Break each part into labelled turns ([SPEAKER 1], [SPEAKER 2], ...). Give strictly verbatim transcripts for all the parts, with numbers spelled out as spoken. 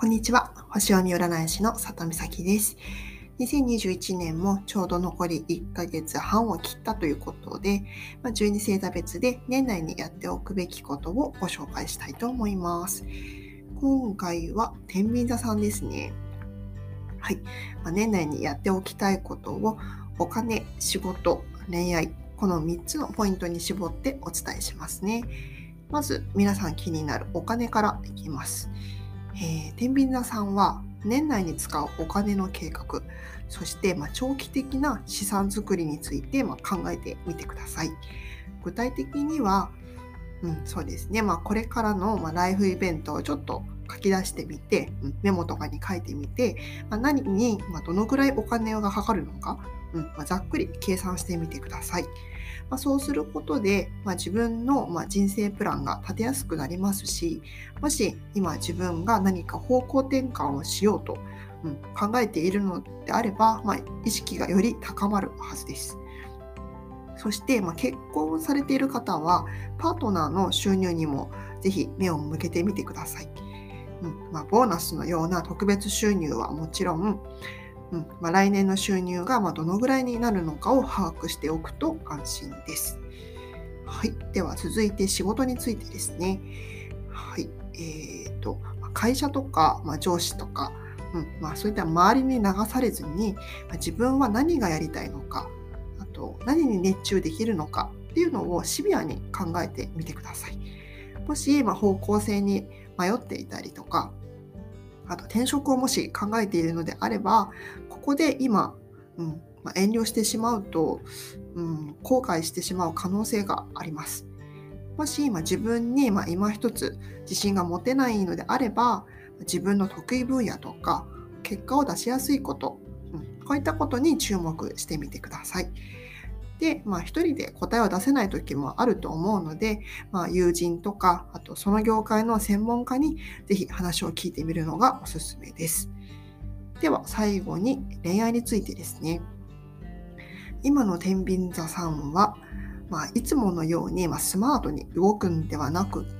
[SPEAKER 1] こんにちは。星読み占い師の里美咲です。にせんにじゅういちねんもちょうど残りいっかげつはんを切ったということで、まあ、じゅうに星座別で年内にやっておくべきことをご紹介したいと思います。今回は天秤座さんですね。はい。まあ、年内にやっておきたいことをお金、仕事、恋愛、このみっつのポイントに絞ってお伝えしますね。まず皆さん気になるお金からいきます。えー、天秤座さんは年内に使うお金の計画、そして、まあ、長期的な資産作りについて、まあ、考えてみてください。具体的には、うん、そうですね、まあ、これからの、まあ、ライフイベントをちょっと書き出してみて、うん、メモとかに書いてみて、まあ、何に、まあ、どのくらいお金がかかるのか、うんまあ、ざっくり計算してみてください。まあ、そうすることで、まあ、自分の、まあ、人生プランが立てやすくなりますし、もし今自分が何か方向転換をしようと、うん、考えているのであれば、まあ、意識がより高まるはずです。そして、まあ、結婚されている方はパートナーの収入にもぜひ目を向けてみてください。うんまあ、ボーナスのような特別収入はもちろん、うんまあ、来年の収入がまあどのぐらいになるのかを把握しておくと安心です。はい、では続いて仕事についてですね。はい、えーと、会社とか、まあ、上司とか、うんまあ、そういった周りに流されずに、まあ、自分は何がやりたいのか、あと何に熱中できるのかっていうのをシビアに考えてみてください。もし、まあ、方向性に迷っていたりとか、あと転職をもし考えているのであれば、ここで今、うんまあ、遠慮してしまうと、うん、後悔してしまう可能性があります。もし、まあ、自分に、まあ、今一つ自信が持てないのであれば、自分の得意分野とか結果を出しやすいこと、うん、こういったことに注目してみてください。で、まあ、一人で答えを出せない時もあると思うので、まあ、友人とか、あとその業界の専門家にぜひ話を聞いてみるのがおすすめです。では最後に恋愛についてですね。今の天秤座さんは、まあ、いつものように、まあ、スマートに動くんではなくって、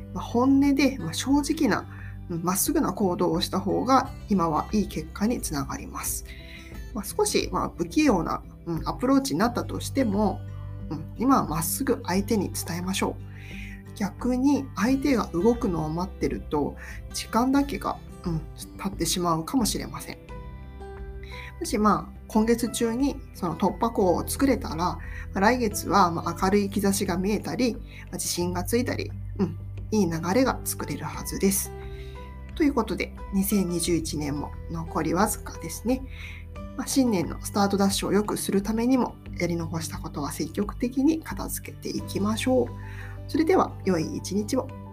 [SPEAKER 1] まあ、本音で、まあ、正直なまっすぐな行動をした方が今はいい結果につながります。まあ、少し、まあ、不器用な、うん、アプローチになったとしても、うん、今はまっすぐ相手に伝えましょう。逆に相手が動くのを待ってると時間だけが、うん、経ってしまうかもしれません。もしまあ今月中にその突破口を作れたら、来月はまあ明るい兆しが見えたり、自信がついたり、うん、いい流れが作れるはずです。ということで、にせんにじゅういちねんも残りわずかですね。まあ、新年のスタートダッシュを良くするためにも、やり残したことは積極的に片付けていきましょう。それでは、良い一日を。